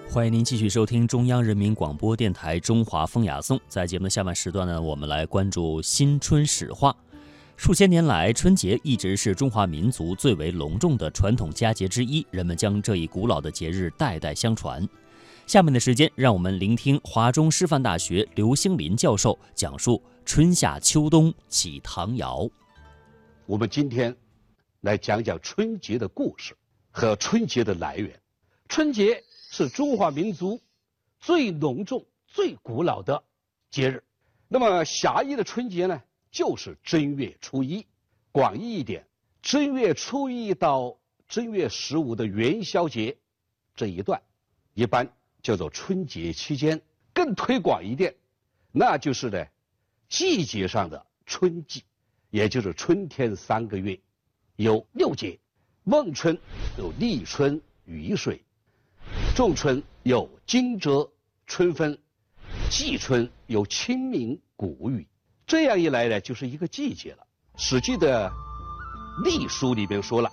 欢迎您继续收听中央人民广播电台中华风雅颂。在节目的下半时段呢，我们来关注新春史话。数千年来，春节一直是中华民族最为隆重的传统佳节之一，人们将这一古老的节日代代相传。下面的时间，让我们聆听华中师范大学刘兴林教授讲述春夏秋冬起唐谣。 我们今天来讲讲春节的故事和春节的来源。春节是中华民族最隆重、最古老的节日。那么狭义的春节呢，就是正月初一；广义一点，正月初一到正月15的元宵节这一段，一般叫做春节期间。更推广一点，那就是呢，季节上的春季，也就是春天3个月，有6节：孟春有立春、雨水；仲春有惊蛰、春分；季春有清明、谷雨。这样一来呢，就是一个季节了。《史记》的《历书》里边说了：“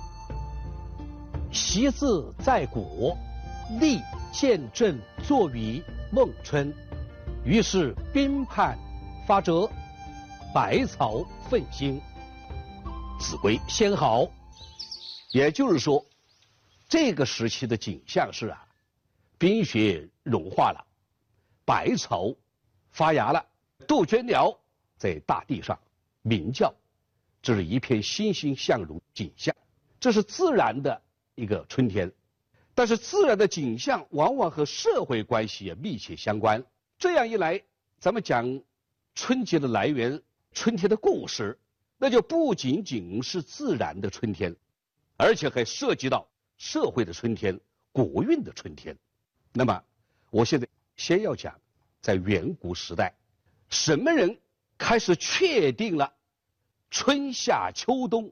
习字在古，历见证作于孟春。于是宾判发折，百草奋兴，子规先好。”也就是说，这个时期的景象是冰雪融化了，百草发芽了，杜鹃鸟在大地上鸣叫，这是一片欣欣向荣景象。这是自然的一个春天，但是自然的景象往往和社会关系也密切相关。这样一来，咱们讲春节的来源、春天的故事，那就不仅仅是自然的春天，而且还涉及到社会的春天、国运的春天。那么我现在先要讲，在远古时代，什么人开始确定了春夏秋冬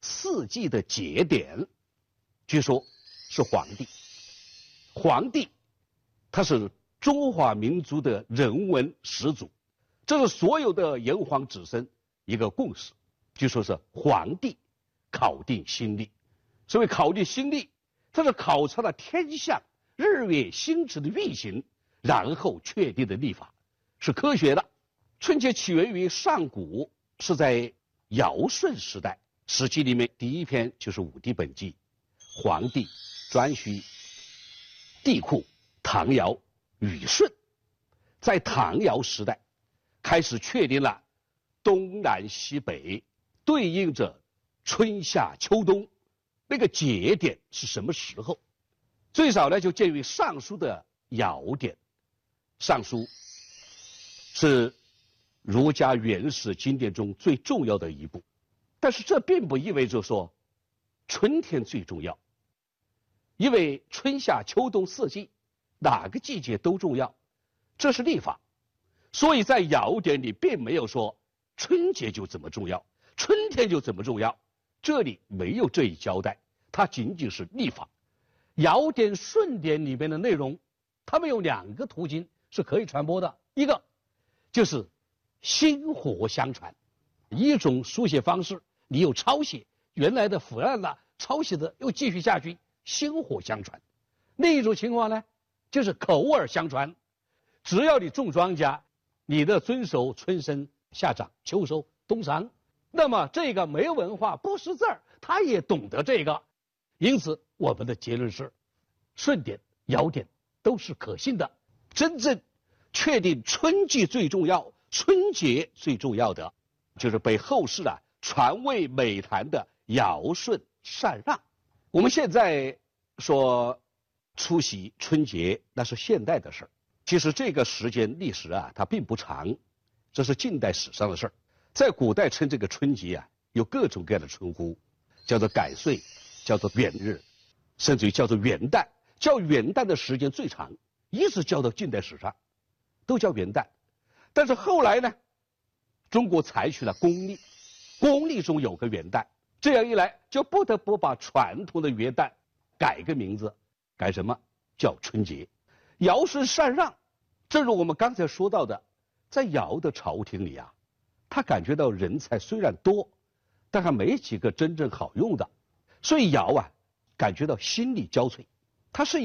4季的节点？据说是黄帝。黄帝他是中华民族的人文始祖，这是所有的炎黄子孙一个共识。据说是黄帝考定新历。所谓考定新历，它是考察了天象、日月星辰的运行，然后确定的历法，是科学的。春节起源于上古，是在尧舜时代。史记里面第一篇就是《武帝本纪》，黄帝、颛顼、帝喾、唐尧、禹舜，在唐尧时代开始确定了东南西北对应着春夏秋冬那个节点是什么时候。最早呢就见于《尚书》的尧典。《尚书》是儒家原始经典中最重要的一部，但是这并不意味着说春天最重要，因为春夏秋冬4季哪个季节都重要，这是历法。所以在尧典里并没有说春节就怎么重要，春天就怎么重要，这里没有这一交代，它仅仅是历法。尧典、舜典里面的内容，它们有2个途径是可以传播的，一个就是薪火相传，一种书写方式，你有抄写原来的腐烂了，抄写的又继续下去，薪火相传。另一种情况呢，就是口耳相传，只要你种庄稼，你的遵守春生、夏长、秋收、冬藏，那么这个没文化不识字儿，他也懂得这个。因此我们的结论是，舜典、尧典都是可信的。真正确定春季最重要、春节最重要的，就是被后世传为美谈的尧舜禅让。我们现在说出席春节，那是现代的事儿。其实这个时间历史它并不长，这是近代史上的事儿。在古代称这个春节有各种各样的称呼，叫做改岁，叫做元日，甚至于叫做元旦。叫元旦的时间最长，一直叫到近代史上都叫元旦。但是后来呢，中国采取了公历，公历中有个元旦，这样一来就不得不把传统的元旦改个名字，改什么？叫春节。尧舜禅让，正如我们刚才说到的，在尧的朝廷里他感觉到人才虽然多，但还没几个真正好用的，所以尧感觉到心力交瘁。他是一位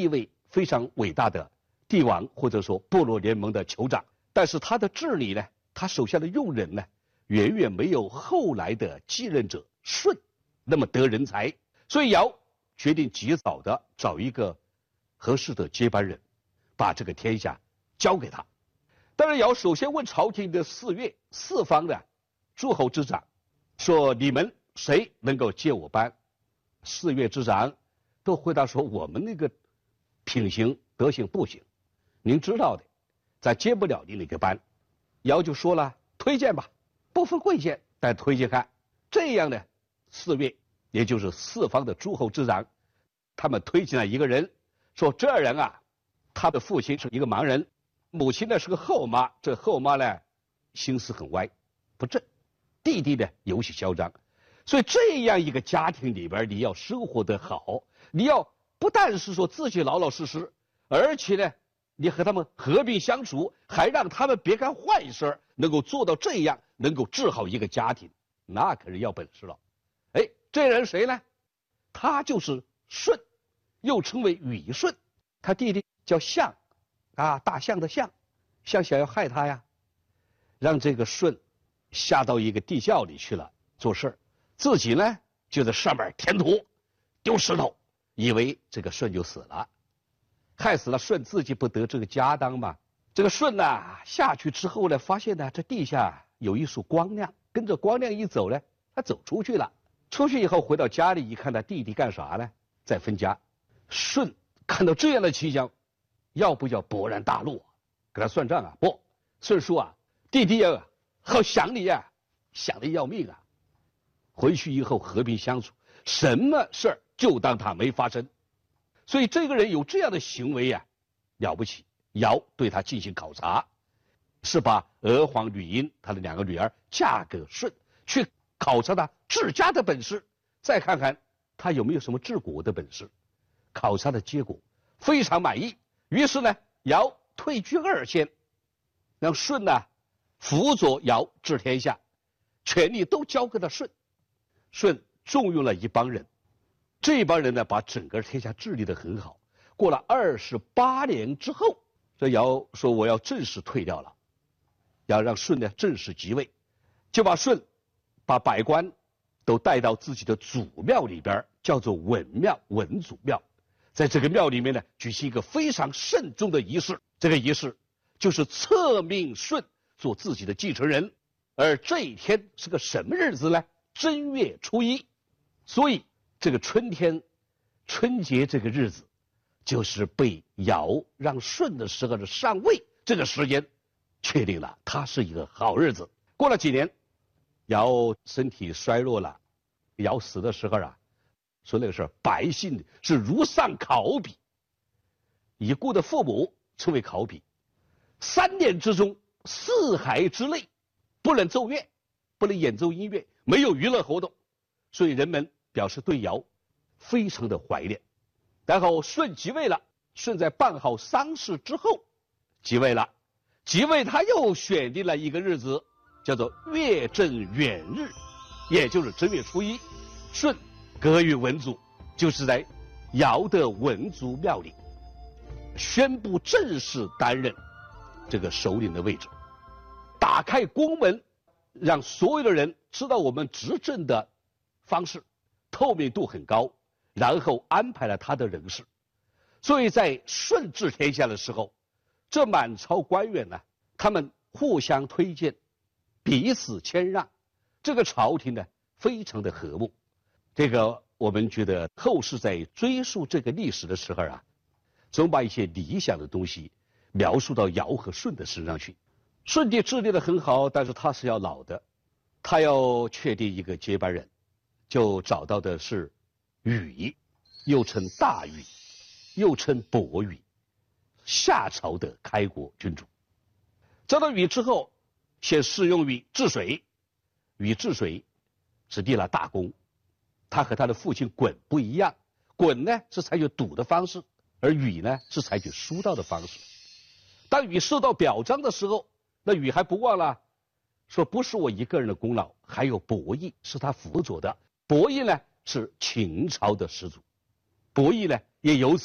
非常伟大的帝王或者说部落联盟的酋长，但是他的治理呢，他手下的用人呢，远远没有后来的继任者舜那么得人才，所以尧决定及早的找一个合适的接班人，把这个天下交给他。当然，尧首先问朝廷的四方的诸侯之长，说你们谁能够接我班？四岳之长都回答说我们那个品行德行不行，您知道的，咱接不了你那个班。尧就说了，推荐吧，不分贵贱，但推荐看。这样呢，四岳也就是四方的诸侯之长，他们推荐了一个人，说这人啊，他的父亲是一个盲人，母亲呢是个后妈，这后妈呢心思很歪，不正，弟弟呢游戏嚣张，所以这样一个家庭里边，你要生活得好，你要不但是说自己老老实实，而且呢，你和他们和平相处，还让他们别干坏事，能够做到这样，能够治好一个家庭，那可是要本事了。哎，这人谁呢？他就是舜，又称为禹舜，他弟弟叫象，大象的象，象想要害他呀，让这个舜下到一个地窖里去了做事，自己呢就在上面填土丢石头，以为这个舜就死了，害死了舜，自己不得这个家当吗？这个舜呢下去之后呢，发现呢这地下有一束光亮，跟着光亮一走呢，他走出去了。出去以后回到家里一看，他弟弟干啥呢？在分家。舜看到这样的情形，要不要勃然大怒，给他算账啊？不，舜说啊，弟弟啊，好想你呀，想得要命啊。回去以后和平相处，什么事儿就当他没发生。所以这个人有这样的行为呀，了不起。尧对他进行考察，是把娥皇女英他的2个女儿嫁给舜，去考察他治家的本事，再看看他有没有什么治国的本事。考察的结果非常满意，于是呢，尧退居2线，让舜呢辅佐尧治天下，权力都交给了舜。舜重用了一帮人，这帮人呢把整个天下治理得很好。过了28年之后，这尧说我要正式退掉了，要让舜呢正式即位，就把舜把百官都带到自己的祖庙里边，叫做文庙，文祖庙。在这个庙里面呢，举行一个非常慎重的仪式。这个仪式就是册命舜做自己的继承人。而这一天是个什么日子呢？正月初1。所以这个春节这个日子，就是被尧让舜的时候的上位这个时间确定了，它是一个好日子。过了几年，尧身体衰弱了，尧死的时候啊，说那个事儿，百姓是如丧考妣，已故的父母称为考妣。3年之中，4海之内不能奏乐，不能演奏音乐，没有娱乐活动，所以人们表示对尧非常的怀念。然后舜即位了，舜在办好丧事之后即位了，即位他又选定了一个日子，叫做月正元日，也就是正月初1。舜革于文祖，就是在尧的文祖庙里宣布正式担任这个首领的位置，打开宫门，让所有的人知道我们执政的方式，透明度很高，然后安排了他的人事。所以在舜治天下的时候，这满朝官员呢，他们互相推荐，彼此谦让，这个朝廷呢非常的和睦。这个我们觉得后世在追溯这个历史的时候啊，总把一些理想的东西描述到尧和舜的身上去。舜帝治理得很好，但是他是要老的，他要确定一个接班人，就找到的是禹，又称大禹，又称伯禹，夏朝的开国君主。找到禹之后，先试用禹治水。禹治水只立了大功，他和他的父亲鲧不一样，鲧呢是采取堵的方式，而禹呢是采取疏导的方式。当禹受到表彰的时候，那禹还不忘了说，不是我一个人的功劳，还有伯益是他辅佐的。伯益呢是秦朝的始祖，伯益呢也由此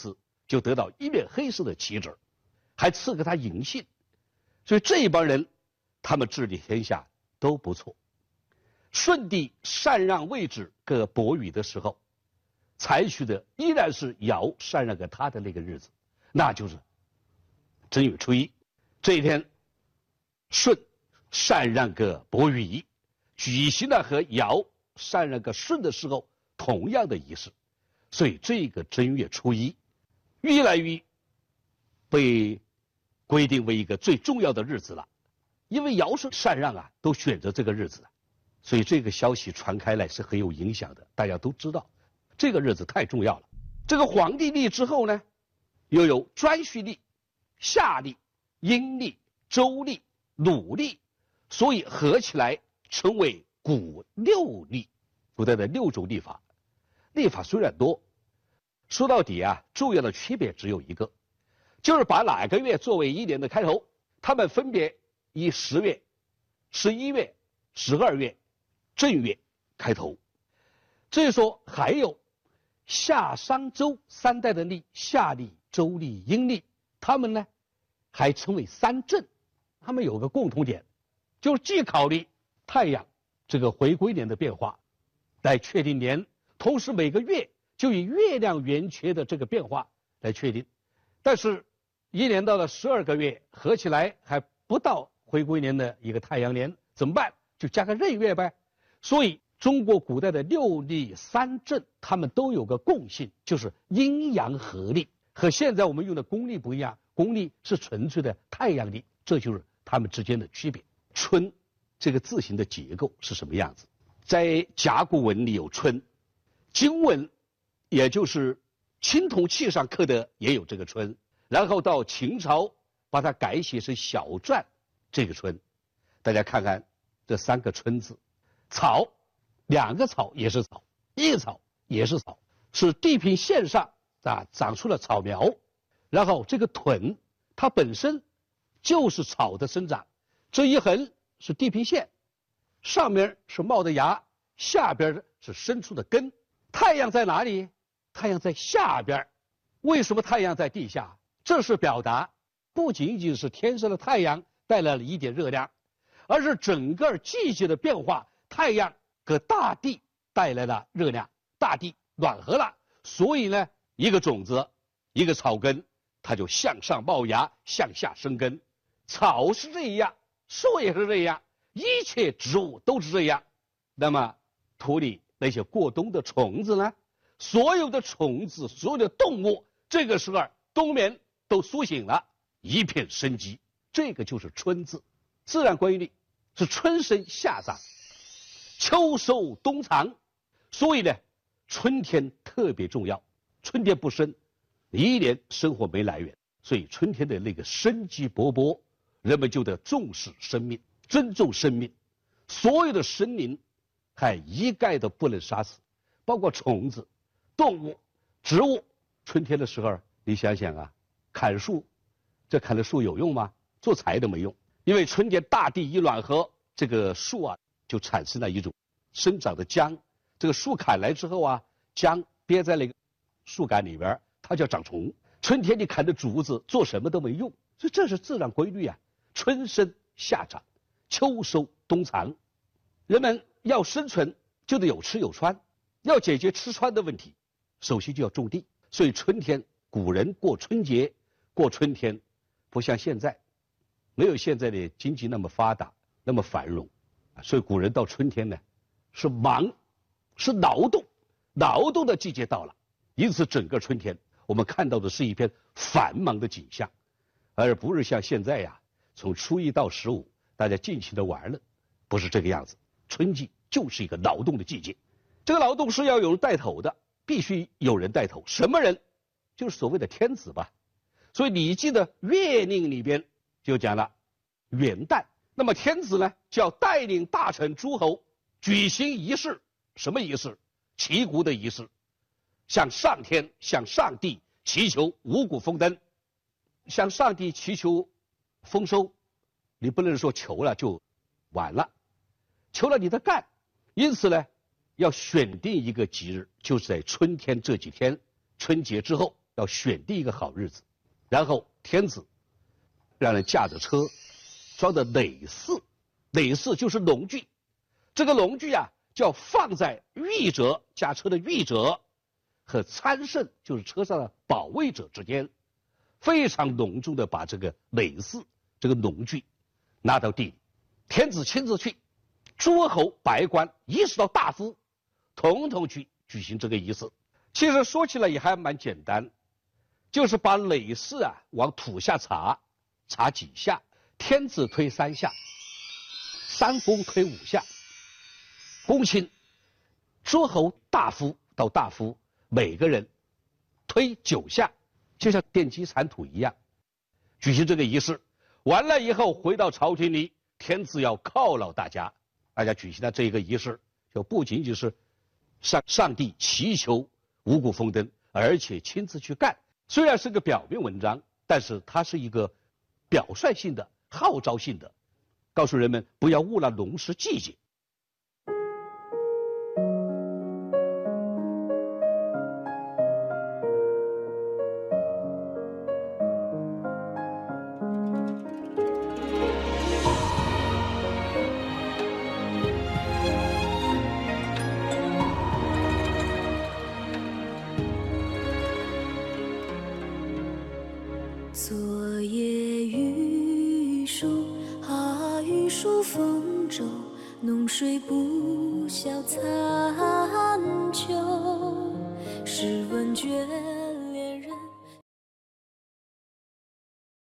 就得到一面黑色的旗帜，还赐给他银杏。所以这一帮人，他们治理天下都不错。舜帝禅让位置给伯禹的时候，采取的依然是尧禅让给他的那个日子，那就是正月初一。这一天，舜禅让给伯禹，举行了和尧禅让给舜的时候同样的仪式。所以这个正月初一越来越被规定为一个最重要的日子了，因为尧舜禅让啊都选择这个日子了，所以这个消息传开来是很有影响的。大家都知道这个日子太重要了。这个黄帝历之后呢，又有颛顼历、夏历、阴历、周历、鲁历，所以合起来称为古六历。古代的6种历法，历法虽然多，说到底啊，重要的区别只有一个，就是把哪个月作为一年的开头。他们分别以10月、11月、12月、正月开头。至于说还有夏商周3代的历，夏历、周历、阴历，他们呢还称为3正。他们有个共同点，就是既考虑太阳这个回归年的变化来确定年，同时每个月就以月亮圆缺的这个变化来确定。但是一年到了12个月，合起来还不到回归年的一个太阳年，怎么办？就加个闰月呗。所以中国古代的6历3正，他们都有个共性，就是阴阳合历，和现在我们用的公历不一样。公历是纯粹的太阳历，这就是它们之间的区别。春这个字形的结构是什么样子？在甲骨文里有春，金文也就是青铜器上刻的也有这个春，然后到秦朝把它改写成小篆这个春。大家看看这3个春字，草，2个草也是草，一个草也是草，是地平线上长出了草苗。然后这个屯，它本身就是草的生长，这一横是地平线，上面是冒的芽，下边是伸出的根。太阳在哪里？太阳在下边。为什么太阳在地下？这是表达不仅仅是天上的太阳带来了一点热量，而是整个季节的变化，太阳给大地带来了热量，大地暖和了，所以呢，一个种子，一个草根，它就向上冒芽，向下生根。草是这样，树也是这样，一切植物都是这样。那么土里那些过冬的虫子呢？所有的虫子，所有的动物，这个时候冬眠都苏醒了，一片生机。这个就是春字。自然规律是春生夏长，秋收冬藏。所以呢，春天特别重要。春天不生，一年生活没来源。所以春天的那个生机勃勃，人们就得重视生命，尊重生命。所有的生灵还一概都不能杀死，包括虫子、动物、植物。春天的时候，你想想啊，砍树，这砍的树有用吗？做柴都没用。因为春天大地一暖和，这个树啊就产生了一种生长的浆。这个树砍来之后啊，浆憋在那个树干里边，它就要长虫。春天你砍的竹子做什么都没用。所以这是自然规律啊，春生夏长，秋收冬藏。人们要生存就得有吃有穿，要解决吃穿的问题，首先就要种地。所以春天，古人过春节过春天，不像现在，没有现在的经济那么发达那么繁荣，所以古人到春天呢是忙，是劳动的季节到了。因此整个春天我们看到的是一片繁忙的景象，而不是像现在呀，从初一到15大家尽情的玩了，不是这个样子。春季就是一个劳动的季节，这个劳动是要有人带头的，必须有人带头。什么人？就是所谓的天子吧。所以《礼记》的月令里边就讲了元旦，那么天子呢就要带领大臣诸侯举行仪式。什么仪式？祈谷的仪式，向上天向上帝祈求五谷丰登。向上帝祈求丰收，你不能说求了就完了，求了你得干。因此呢，要选定一个吉日，就是在春天这几天，春节之后要选定一个好日子，然后天子让人驾着车，装的耒耜，耒耜就是农具，这个农具啊，就要放在御者驾车的御者和参圣，就是车上的保卫者之间，非常隆重的把这个耒耜这个农具拿到地里，天子亲自去，诸侯百官一直到大夫，统统去举行这个仪式。其实说起来也还蛮简单，就是把耒耜啊往土下插，插几下，天子推3下，三公推5下，公卿、诸侯、大夫到大夫，每个人推9下，就像奠基铲土一样，举行这个仪式。完了以后回到朝廷里，天子要犒劳大家，大家举行的这个仪式，就不仅仅是上帝祈求五谷丰登，而且亲自去干。虽然是个表面文章，但是它是一个表率性的、号召性的，告诉人们不要误了农时季节。 昨夜雨疏雨疏风骤，浓水不消残秋。试问卷